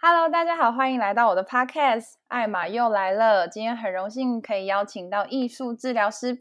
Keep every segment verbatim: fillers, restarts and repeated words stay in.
Hello， 大家好，欢迎来到我的 Podcast， 艾玛又来了。今天很荣幸可以邀请到艺术治疗师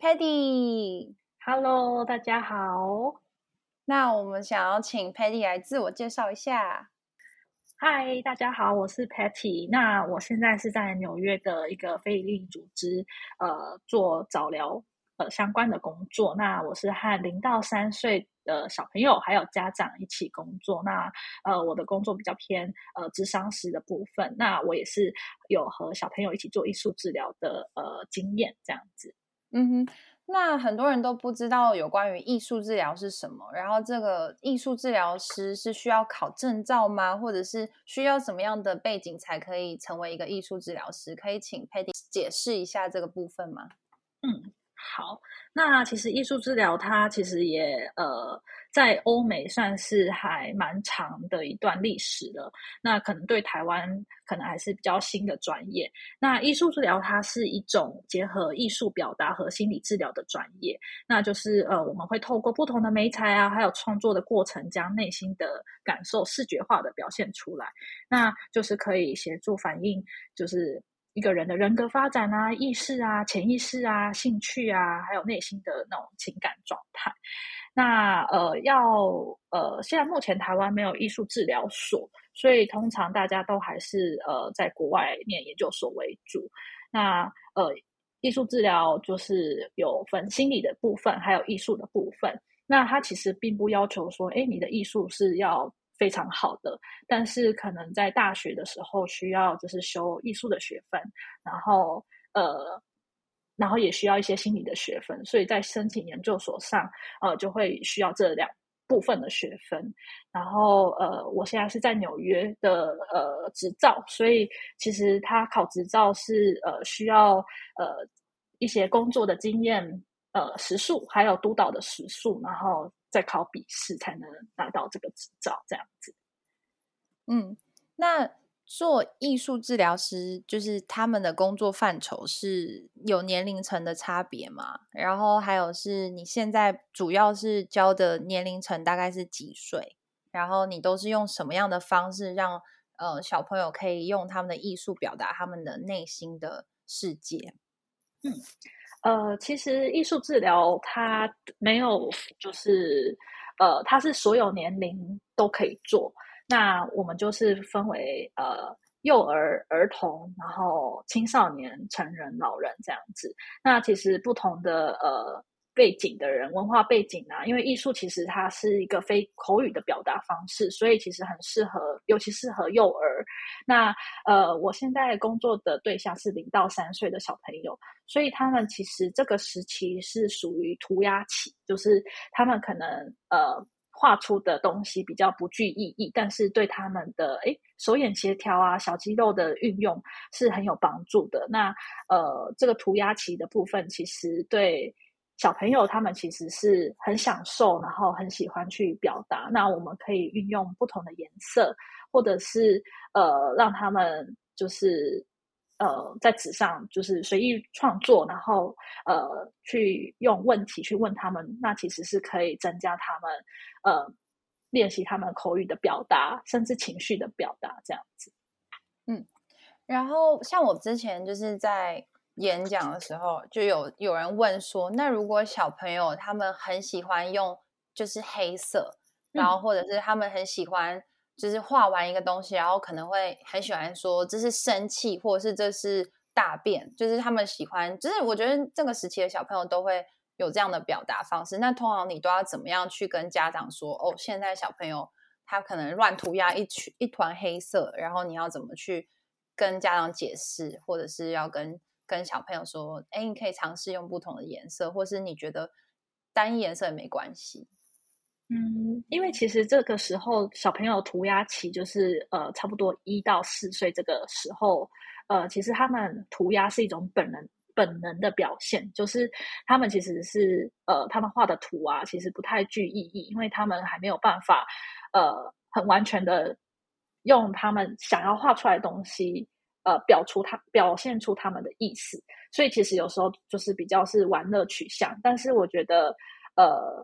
Patty。Hello， 大家好。 那我们想要请 Patty 来自我介绍一下。 嗨，大家好，我是 Patty。那我现在是在纽约的一个非营利组织，呃，做早疗呃相关的工作。那我是和零到三岁的小朋友还有家长一起工作。那呃，我的工作比较偏呃諮商师的部分。那我也是有和小朋友一起做艺术治疗的呃经验，这样子。 嗯哼。那很多人都不知道有关于艺术治疗是什么，然后这个艺术治疗师是需要考证照吗？或者是需要什么样的背景才可以成为一个艺术治疗师？可以请 Patty 解释一下这个部分吗？ 嗯，好。那其实艺术治疗它其实也呃在欧美算是还蛮长的一段历史了。那可能对台湾可能还是比较新的专业。那艺术治疗它是一种结合艺术表达和心理治疗的专业。那就是呃我们会透过不同的媒材啊，还有创作的过程，将内心的感受视觉化的表现出来。那就是可以协助反映就是一个人的人格发展啊、意识啊、潜意识啊、兴趣啊，还有内心的那种情感状态。那呃，要呃，现在目前台湾没有艺术治疗所，所以通常大家都还是呃在国外念研究所为主。那呃，艺术治疗就是有分心理的部分，还有艺术的部分。那它其实并不要求说，哎，你的艺术是要非常好的，但是可能在大学的时候需要就是修艺术的学分，然后呃，然后也需要一些心理的学分，所以在申请研究所上，呃，就会需要这两部分的学分。然后呃，我现在是在纽约的呃执照，所以其实他考执照是呃需要呃一些工作的经验。呃，时数还有督导的时数，然后再考笔试才能拿到这个执照，这样子。 嗯，那做艺术治疗师，就是他们的工作范畴是有年龄层的差别吗？然后还有是你现在主要是教的年龄层大概是几岁？然后你都是用什么样的方式让呃小朋友可以用他们的艺术表达他们的内心的世界？ 嗯。呃，其实艺术治疗它没有，就是呃，它是所有年龄都可以做。那我们就是分为呃幼儿、儿童，然后青少年、成人、老人这样子。那其实不同的呃背景的人，文化背景啊，因为艺术其实它是一个非口语的表达方式，所以其实很适合，尤其适合幼儿。那呃，我现在工作的对象是零到三岁的小朋友。所以他们其实这个时期是属于涂鸦期，就是他们可能呃画出的东西比较不具意义，但是对他们的诶手眼协调啊、小肌肉的运用是很有帮助的。那呃这个涂鸦期的部分，其实对小朋友他们其实是很享受，然后很喜欢去表达。那我们可以运用不同的颜色，或者是呃让他们就是呃，在纸上就是随意创作，然后呃，去用问题去问他们，那其实是可以增加他们呃练习他们口语的表达，甚至情绪的表达这样子。 嗯，然后像我之前就是在演讲的时候，就有有人问说，那如果小朋友他们很喜欢用就是黑色，然后嗯或者是他们很喜欢就是画完一个东西，然后可能会很喜欢说这是生气，或者是这是大便，就是他们喜欢，就是我觉得这个时期的小朋友都会有这样的表达方式。那通常你都要怎么样去跟家长说，哦，现在小朋友他可能乱涂鸦一群一团黑色，然后你要怎么去跟家长解释，或者是要跟跟小朋友说，哎，你可以尝试用不同的颜色，或是你觉得单一颜色也没关系。 嗯，因为其实这个时候小朋友涂鸦期就是呃差不多一到四岁这个时候，呃，其实他们涂鸦是一种本能本能的表现，就是他们其实是呃他们画的图啊，其实不太具意义，因为他们还没有办法呃很完全的用他们想要画出来的东西呃表出他表现出他们的意思，所以其实有时候就是比较是玩乐取向，但是我觉得呃。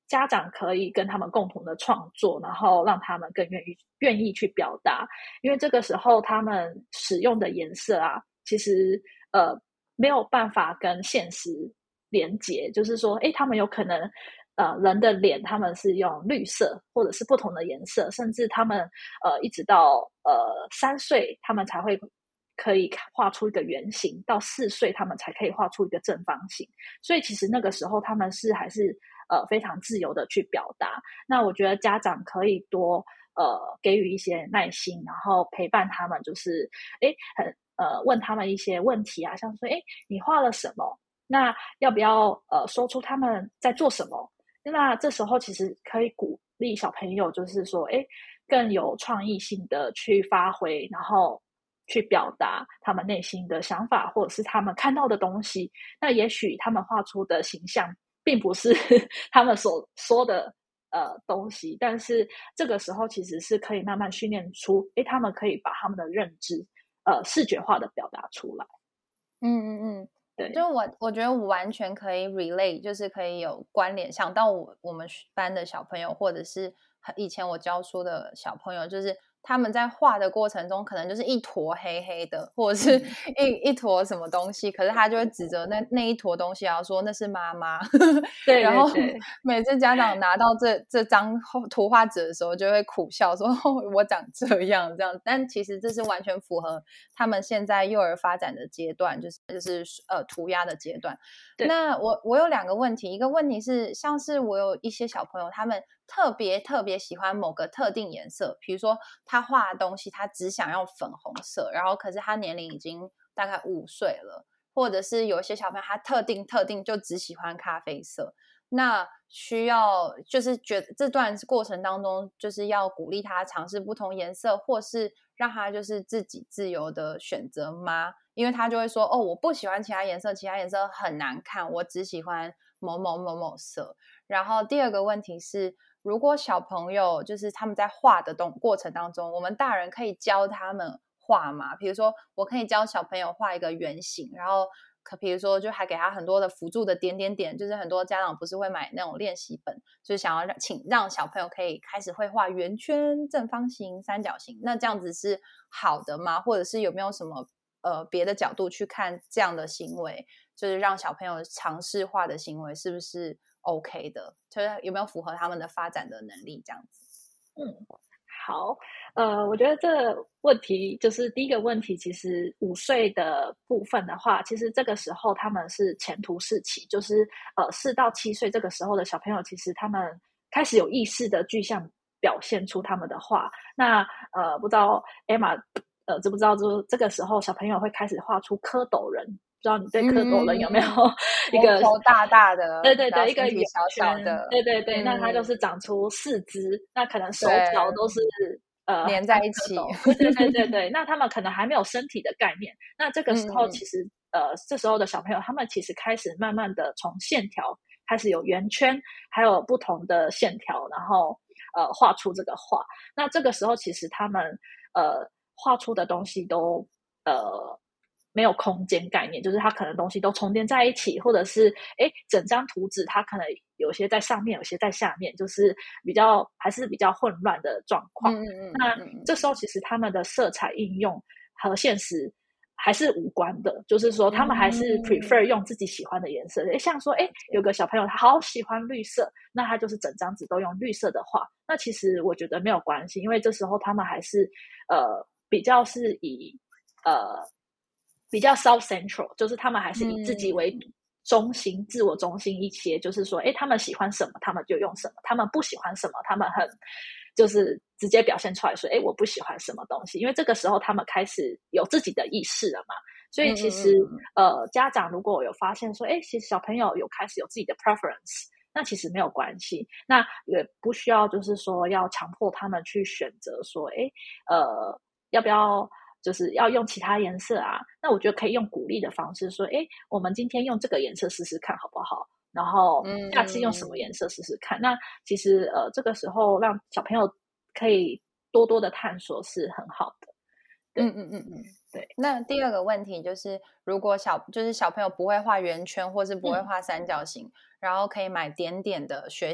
家长可以跟他们共同的创作，然后让他们更愿意愿意去表达，因为这个时候他们使用的颜色啊，其实呃没有办法跟现实连结，就是说，诶，他们有可能呃人的脸他们是用绿色或者是不同的颜色，甚至他们呃一直到呃三岁他们才会可以画出一个圆形，到四岁他们才可以画出一个正方形，所以其实那个时候他们是还是呃非常自由的去表达。那我觉得家长可以多呃给予一些耐心，然后陪伴他们，就是诶很呃问他们一些问题啊，像说诶你画了什么？那要不要呃说出他们在做什么？那这时候其实可以鼓励小朋友，就是说诶更有创意性的去发挥，然后去表达他们内心的想法，或者是他们看到的东西。那也许他们画出的形象并不是他们所说的呃东西，但是这个时候其实是可以慢慢训练出，诶，他们可以把他们的认知呃视觉化的表达出来。 嗯嗯嗯， 对， 就我我觉得我完全可以 relate，就是可以有关联，想到我我们班的小朋友，或者是以前我教书的小朋友，就是他们在画的过程中，可能就是一坨黑黑的，或者是一一坨什么东西，可是他就会指着那那一坨东西，然后说那是妈妈。 对然后对对， 每次家长拿到这这张图画纸的时候，就会苦笑说：哦，我长这样这样。但其实这是完全符合他们现在幼儿发展的阶段，就是就是呃涂鸦的阶段。那我我有两个问题，一个问题是，像是我有一些小朋友，他们特别特别喜欢某个特定颜色，比如说他画的东西，他只想要粉红色，然后可是他年龄已经大概五岁了，或者是有一些小朋友他特定特定就只喜欢咖啡色，那需要就是觉得这段过程当中，就是要鼓励他尝试不同颜色，或是让他就是自己自由的选择吗？因为他就会说，哦，我不喜欢其他颜色，其他颜色很难看，我只喜欢某某某某色。然后第二个问题是，如果小朋友就是他们在画的动过程当中，我们大人可以教他们画吗？比如说，我可以教小朋友画一个圆形，然后可比如说就还给他很多的辅助的点点点，就是很多家长不是会买那种练习本，就是想要让请让小朋友可以开始会画圆圈、正方形、三角形，那这样子是好的吗？或者是有没有什么呃别的角度去看这样的行为，就是让小朋友尝试画的行为是不是 OK 的？就是有没有符合他们的发展的能力这样子？ 嗯，好，呃，我觉得这个问题就是第一个问题，其实五岁的部分的话，其实这个时候他们是前途似锦，就是呃四到七岁这个时候的小朋友，其实他们开始有意识的具象表现出他们的画。那呃，不知道 Emma 呃知不知道，就这个时候小朋友会开始画出蝌蚪人，不知道你对蝌蚪人有没有一个头大大的， 对对对， 然后一个圆身体小小圈， 的， 对对对，那它就嗯， 是长出四肢，那可能手脚对， 都是呃很粘在像蝌一起， 蚪，对对对对对，那他们可能还没有身体的概念，那这个时嗯嗯嗯候其实呃这时候的小朋友，他们其实开始慢慢的从线条开始有圆圈，还有不同的线条，然后呃画出这个画，那这个时候其实他们呃画出的东西都呃。没有空间概念，就是它可能东西都重叠在一起，或者是诶整张图纸它可能有些在上面，有些在下面，就是比较还是比较混乱的状况。 嗯嗯嗯那嗯嗯， 这时候其实他们的色彩应用和现实还是无关的，就是说他们还是 prefer 嗯， 用自己喜欢的颜色。诶像说诶了解， 有个小朋友他好喜欢绿色，那他就是整张纸都用绿色的画。那其实我觉得没有关系，因为这时候他们还是呃比较是以呃比较 self central，就是他们还是以自己为嗯中心、自我中心一些，就是说，诶，他们喜欢什么，他们就用什么；他们不喜欢什么，他们很就是直接表现出来说，诶，我不喜欢什么东西。因为这个时候他们开始有自己的意识了嘛，所以嗯其实嗯嗯呃，家长如果有发现说，诶，其实小朋友有开始有自己的 preference。那其实没有关系，那也不需要就是说要强迫他们去选择说，诶，呃，要不要就是要用其他颜色啊？那我觉得可以用鼓励的方式说，诶，我们今天用这个颜色试试看好不好？然后下次用什么颜嗯， 色试试看？那其实呃，这个时候让小朋友可以多多的探索是很好的。对嗯嗯嗯嗯。 对， 那第二个问题就是，如果小就是小朋友不会画圆圈，或是不会嗯画三角形，然后可以买点点的学习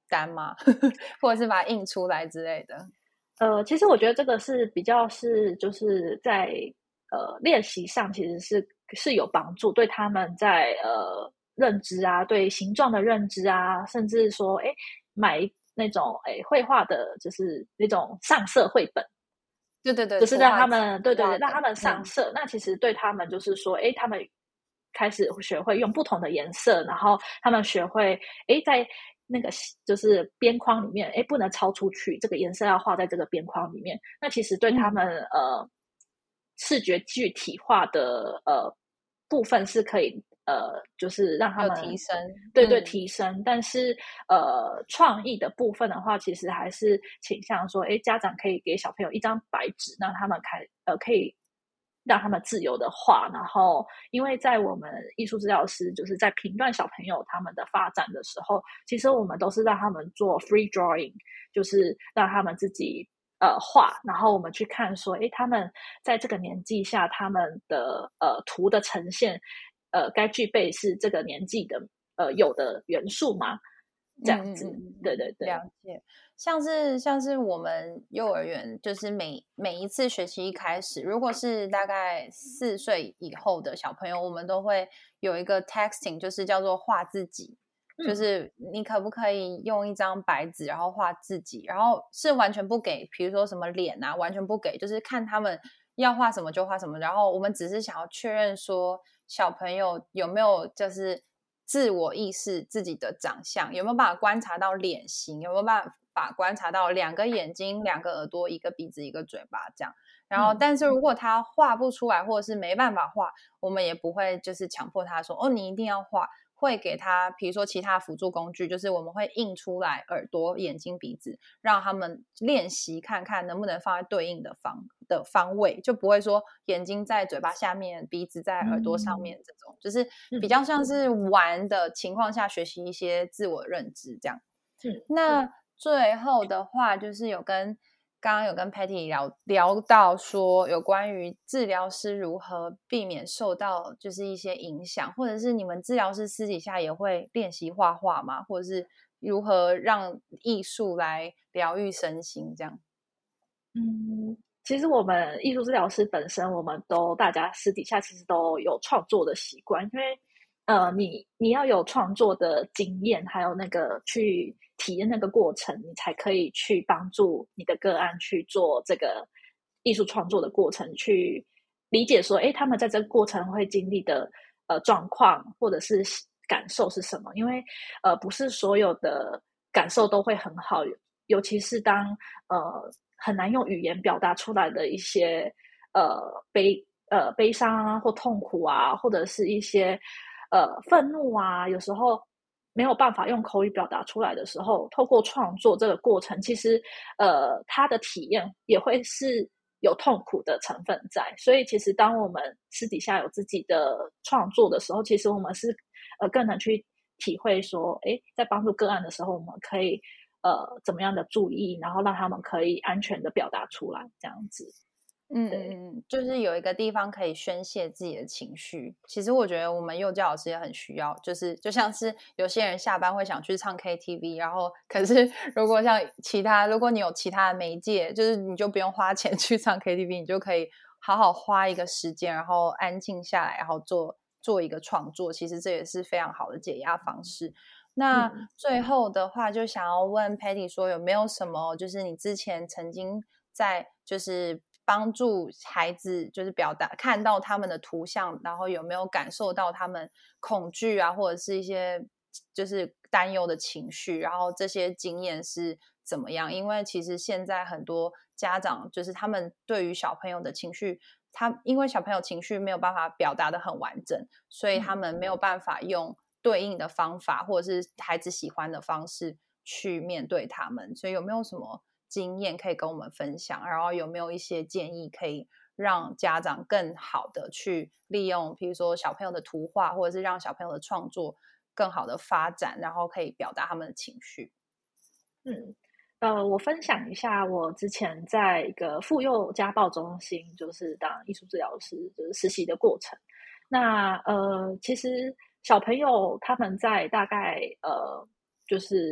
单吗？或者是把它印出来之类的？ 呃，其实我觉得这个是比较是就是在呃练习上其实是是有帮助，对他们在呃认知啊，对形状的认知啊，甚至说哎买那种哎绘画的，就是那种上色绘本。 对对对， 就是让他图画纸们对对对，让他们上嗯色。那其实对他们就是说，哎，他们开始学会用不同的颜色，然后他们学会哎，在那个就是边框里面，哎，不能超出去，这个颜色要画在这个边框里面。那其实对他们、 嗯呃视觉具体化的呃部分是可以呃，就是让他有们提升， 对对嗯提升，但是呃，创意的部分的话，其实还是倾向说，哎，家长可以给小朋友一张白纸，让他们开呃可以让他们自由的画，然后因为在我们艺术治疗师就是在评断小朋友他们的发展的时候，其实我们都是让他们做 free drawing， 就是让他们自己呃画，然后我们去看说，诶，他们在这个年纪下，他们的呃图的呈现，呃，该具备是这个年纪的呃有的元素吗？这样子， 嗯嗯嗯嗯嗯， 对对对， 了解。像是像是我们幼儿园，就是每每一次学期一开始，如果是大概四岁以后的小朋友，我们都会有一个 texting，就是叫做画自己。就嗯是你可不可以用一张白纸，然后画自己，然后是完全不给，比如说什么脸啊，完全不给，就是看他们要画什么就画什么。然后我们只是想要确认说小朋友有没有就是自我意识自己的长相，有没有办法观察到脸型，有没有办法观察到两个眼睛、两个耳朵、一个鼻子、一个嘴巴这样。然后， 嗯但是如果他画不出来，或者是没办法画，我们也不会就是强迫他说哦，你一定要画。会给他，比如说其他辅助工具，就是我们会印出来耳朵、眼睛、鼻子，让他们练习看看能不能放在对应的方的方位，就不会说眼睛在嘴巴下面，鼻子在耳朵上面这种，就是比较像是玩的情况下学习一些自我认知这样。 嗯那最后的话，就是有跟刚刚有跟 Patty 聊聊到说，有关于治疗师如何避免受到就是一些影响，或者是你们治疗师私底下也会练习画画吗？或者是如何让艺术来疗愈身心这样？ 嗯，其实我们艺术治疗师本身，我们都大家私底下其实都有创作的习惯，因为呃，你你要有创作的经验，还有那个去体验那个过程，你才可以去帮助你的个案去做这个艺术创作的过程，去理解说，诶，他们在这个过程会经历的呃状况或者是感受是什么？因为呃，不是所有的感受都会很好，尤其是当呃很难用语言表达出来的一些呃悲呃悲伤啊或痛苦啊，或者是一些呃愤怒啊，有时候没有办法用口语表达出来的时候，透过创作这个过程，其实呃他的体验也会是有痛苦的成分在。所以其实当我们私底下有自己的创作的时候，其实我们是呃更能去体会说，诶，在帮助个案的时候，我们可以呃怎么样的注意，然后让他们可以安全的表达出来，这样子。 嗯对， 嗯嗯，就是有一个地方可以宣泄自己的情绪。其实我觉得我们幼教老师也很需要，就是就像是有些人下班会想去唱 K T V，然后可是如果像其他，如果你有其他的媒介，就是你就不用花钱去唱 K T V，你就可以好好花一个时间，然后安静下来，然后做做一个创作。其实这也是非常好的解压方式。那嗯最后的话，就想要问 Patty 说，有没有什么就是你之前曾经在就是帮助孩子就是表达看到他们的图像，然后有没有感受到他们恐惧啊，或者是一些就是担忧的情绪，然后这些经验是怎么样？因为其实现在很多家长就是他们对于小朋友的情绪，他因为小朋友情绪没有办法表达的很完整，所以他嗯们没有办法用对应的方法或者是孩子喜欢的方式去面对他们。所以有没有什么经验可以跟我们分享？然后有没有一些建议可以让家长更好的去利用，比如说小朋友的图画，或者是让小朋友的创作更好的发展，然后可以表达他们的情绪？ 嗯。呃，我分享一下我之前在一个妇幼家暴中心，就是当艺术治疗师，就是实习的过程。那呃，其实小朋友他们在大概呃，就是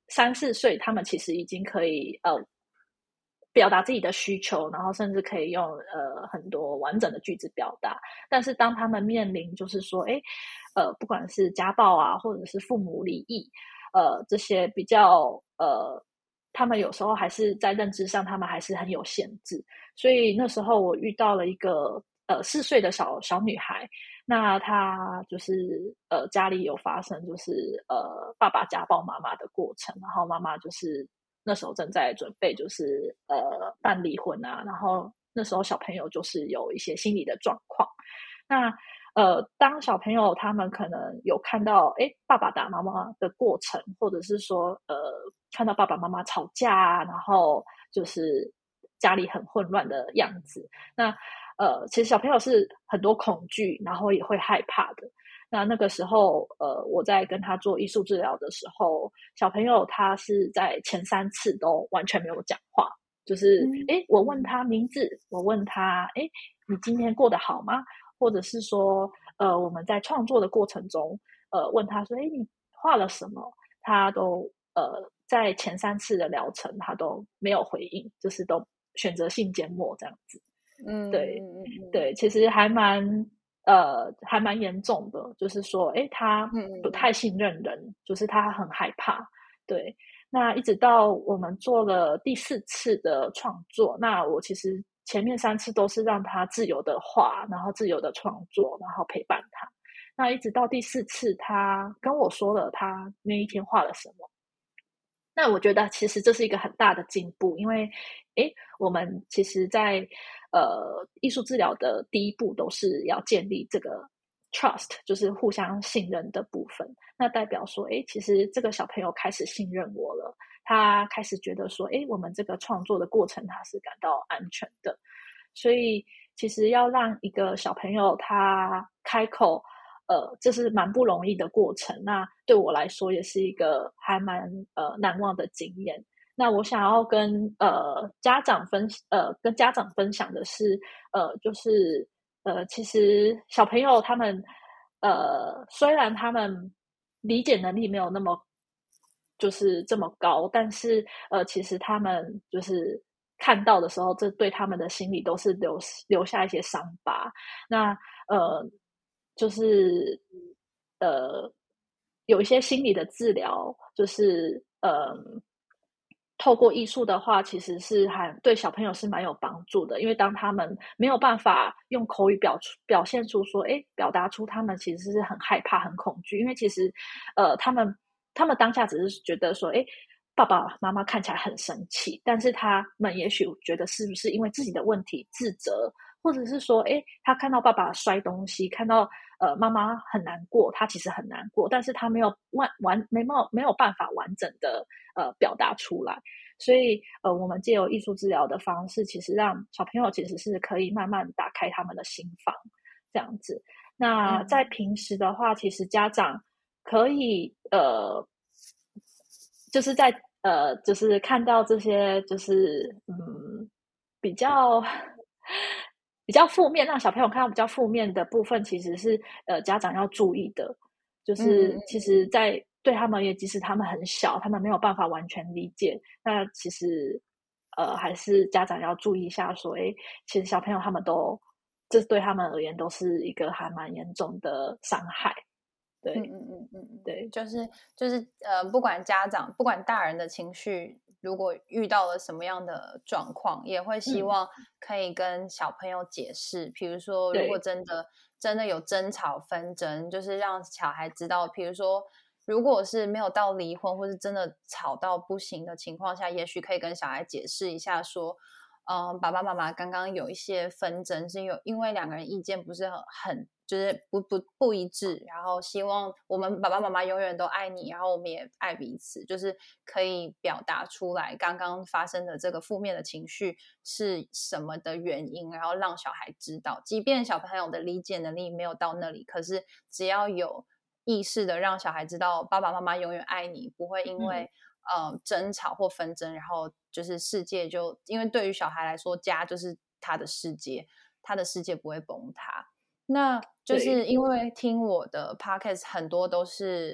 三四岁，他们其实已经可以呃表达自己的需求，然后甚至可以用呃很多完整的句子表达。但是当他们面临就是说，哎，呃，不管是家暴啊，或者是父母离异，呃，这些比较呃，他们有时候还是在认知上，他们还是很有限制。所以那时候我遇到了一个呃四岁的小小女孩，那她就是呃家里有发生就是呃爸爸家暴妈妈的过程，然后妈妈就是那时候正在准备就是呃办离婚啊，然后那时候小朋友就是有一些心理的状况。那呃，当小朋友他们可能有看到哎爸爸打妈妈的过程，或者是说呃看到爸爸妈妈吵架啊，然后就是家里很混乱的样子，那呃其实小朋友是很多恐惧，然后也会害怕的。那那个时候呃我在跟他做艺术治疗的时候，小朋友他是在前三次都完全没有讲话，就是哎、嗯、我问他名字，我问他哎你今天过得好吗？或者是说呃我们在创作的过程中呃问他说哎你画了什么，他都呃在前三次的疗程他都没有回应，就是都选择性缄默这样子。 嗯， 对对，其实还蛮呃还蛮严重的，就是说哎他不太信任人，就是他很害怕。对，那一直到我们做了第四次的创作，那我其实前面三次都是让他自由的画，然后自由的创作，然后陪伴他。那一直到第四次，他跟我说了他那一天画了什么。那我觉得其实这是一个很大的进步，因为诶我们其实在呃艺术治疗的第一步都是要建立这个 trust， 就是互相信任的部分。那代表说诶其实这个小朋友开始信任我了，他开始觉得说诶我们这个创作的过程他是感到安全的。所以其实要让一个小朋友他开口呃，这是蛮不容易的过程。那对我来说也是一个还蛮呃难忘的经验。那我想要跟呃家长分呃跟家长分享的是，呃，就是呃，其实小朋友他们呃虽然他们理解能力没有那么就是这么高，但是呃，其实他们就是看到的时候，这对他们的心理都是留留下一些伤疤。那呃。就是呃有一些心理的治疗，就是呃透过艺术的话，其实是还对小朋友是蛮有帮助的，因为当他们没有办法用口语表出表现出说，哎，表达出他们其实是很害怕、很恐惧，因为其实呃他们他们当下只是觉得说，哎。爸爸妈妈看起来很生气，但是他们也许觉得是不是因为自己的问题自责，或者是说，哎，他看到爸爸摔东西，看到呃妈妈很难过，他其实很难过，但是他没有完完没有没有办法完整的呃表达出来。所以呃，我们借由艺术治疗的方式，其实让小朋友其实是可以慢慢打开他们的心房，这样子。那在平时的话，其实家长可以呃，就是在呃，就是看到这些，就是嗯，比较比较负面，让小朋友看到比较负面的部分，其实是呃家长要注意的。就是其实，在对他们也，即使他们很小，他们没有办法完全理解，那其实呃还是家长要注意一下，说，哎，其实小朋友他们都，这对他们而言都是一个还蛮严重的伤害。对， 嗯嗯嗯嗯， 对， 就是就是呃，不管家长，不管大人的情绪，如果遇到了什么样的状况，也会希嗯， 望可以跟小朋友解释。比如说，如果对， 真的真的有争吵纷争，就是让小孩知道，比如说，如果是没有到离婚，或是真的吵到不行的情况下，也许可以跟小孩解释一下，说，嗯，爸爸妈妈刚刚有一些纷争，是有因为两个人意见不是很很就是不不不一致，然后希望我们爸爸妈妈永远都爱你，然后我们也爱彼此，就是可以表达出来刚刚发生的这个负面的情绪是什么的原因，然后让小孩知道，即便小朋友的理解能力没有到那里，可是只要有意识的让小孩知道爸爸妈妈永远爱你，不会因为、嗯呃争吵或纷争，然后就是世界就因为对于小孩来说，家就是他的世界，他的世界不会崩塌。那就是因为听我的 podcast 很多都是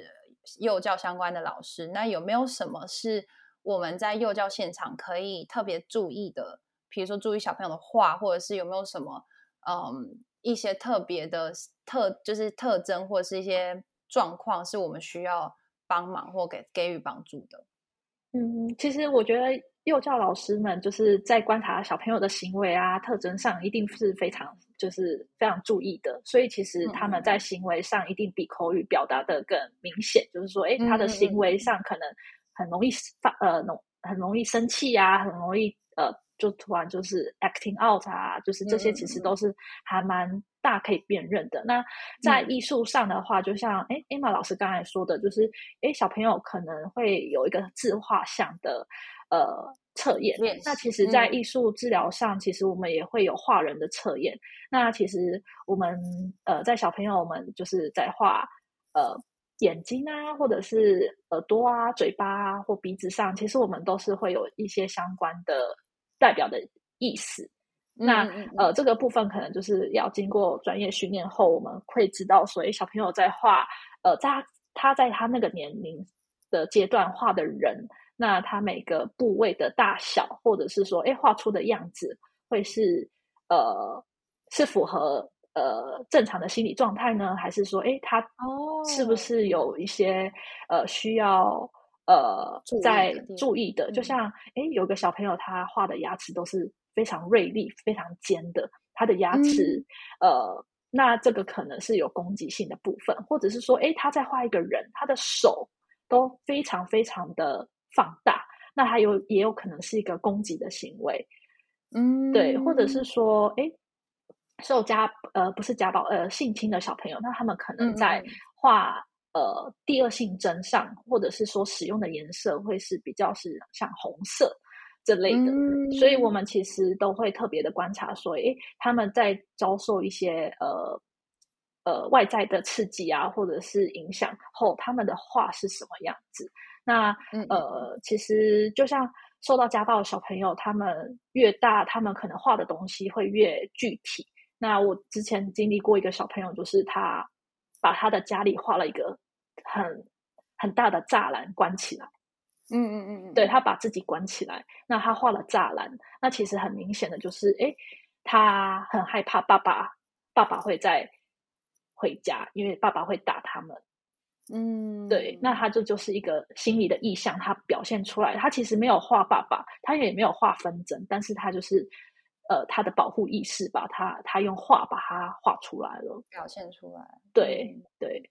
幼教相关的老师，那有没有什么是我们在幼教现场可以特别注意的？比如说注意小朋友的话，或者是有没有什么嗯一些特别的特就是特征或者是一些状况是我们需要帮忙或给给予帮助的？ 嗯，其实我觉得幼教老师们就是在观察小朋友的行为啊、特征上，一定是非常就是非常注意的。所以其实他们在行为上一定比口语表达的更明显，就是说，哎，他的行为上可能很容易发呃，很容易生气啊，很容易呃，就突然就是 acting out 啊，就是这些其实都是还蛮大可以辨认的。那在艺术上的话，就像哎 Emma 老师刚才说的，就是哎小朋友可能会有一个自画像的呃测验。那其实在艺术治疗上，其实我们也会有画人的测验。那其实我们呃在小朋友们就是在画呃眼睛啊，或者是耳朵啊、嘴巴啊或鼻子上，其实我们都是会有一些相关的代表的意思。那呃，这个部分可能就是要经过专业训练后，我们会知道说，哎，小朋友在画，呃，在他他在他那个年龄的阶段画的人，那他每个部位的大小，或者是说，哎，画出的样子，会是呃是符合呃正常的心理状态呢，还是说，哎，他是不是有一些呃需要呃在注意的？就像哎，有个小朋友他画的牙齿都是非常锐利、非常尖的，他的牙齿、嗯、呃，那这个可能是有攻击性的部分，或者是说，哎，他在画一个人，他的手都非常非常的放大，那他有也有可能是一个攻击的行为，嗯，对，或者是说，哎，受家呃不是家暴呃性侵的小朋友，那他们可能在画、嗯、呃第二性征上，或者是说使用的颜色会是比较是像红色这类的、嗯、所以我们其实都会特别的观察说，诶，他们在遭受一些呃呃外在的刺激啊，或者是影响后，他们的画是什么样子。那呃其实就像受到家暴的小朋友，他们越大，他们可能画的东西会越具体。那我之前经历过一个小朋友，就是他把他的家里画了一个很很大的栅栏关起来，嗯嗯嗯，对，他把自己关起来，那他画了栅栏，那其实很明显的就是，哎，他很害怕爸爸爸爸会再回家，因为爸爸会打他们。嗯，对，那他这就是一个心理的意象，他表现出来，他其实没有画爸爸，他也没有画纷争，但是他就是呃他的保护意识把他他用画把它画出来了， 表现出来。 对、嗯、对。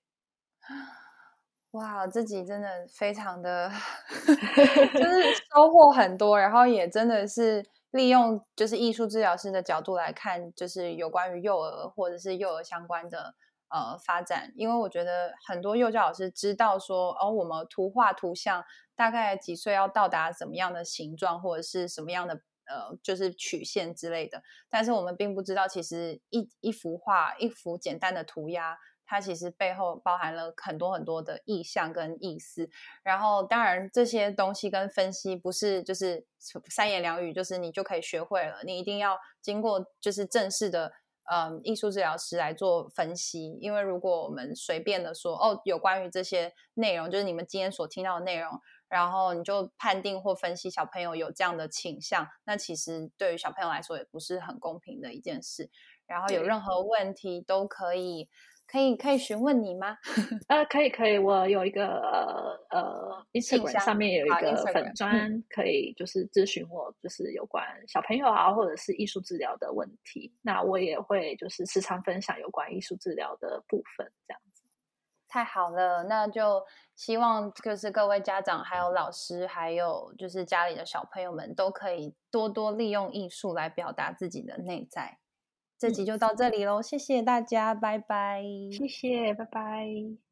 哇，自己真的非常的就是收获很多，然后也真的是利用就是艺术治疗师的角度来看，就是有关于幼儿或者是幼儿相关的呃发展。因为我觉得很多幼教老师知道说，哦，我们图画图像大概几岁要到达怎么样的形状或者是什么样的呃就是曲线之类的，但是我们并不知道其实一一幅画一幅简单的涂鸦，它其实背后包含了很多很多的意象跟意思，然后当然这些东西跟分析不是就是三言两语就是你就可以学会了，你一定要经过就是正式的嗯艺术治疗师来做分析。因为如果我们随便的说哦有关于这些内容就是你们今天所听到的内容，然后你就判定或分析小朋友有这样的倾向，那其实对于小朋友来说也不是很公平的一件事。然后有任何问题都可以可以可以询问你吗？ 呃，可以可以，我有一个呃呃 Instagram 上面有一个粉专、嗯，可以就是咨询我，就是有关小朋友啊，或者是艺术治疗的问题。那我也会就是时常分享有关艺术治疗的部分，这样子。 太好了，那就希望就是各位家长还有老师还有就是家里的小朋友们都可以多多利用艺术来表达自己的内在。这集就到这里咯、嗯、谢谢大家，拜拜。 谢谢，拜拜。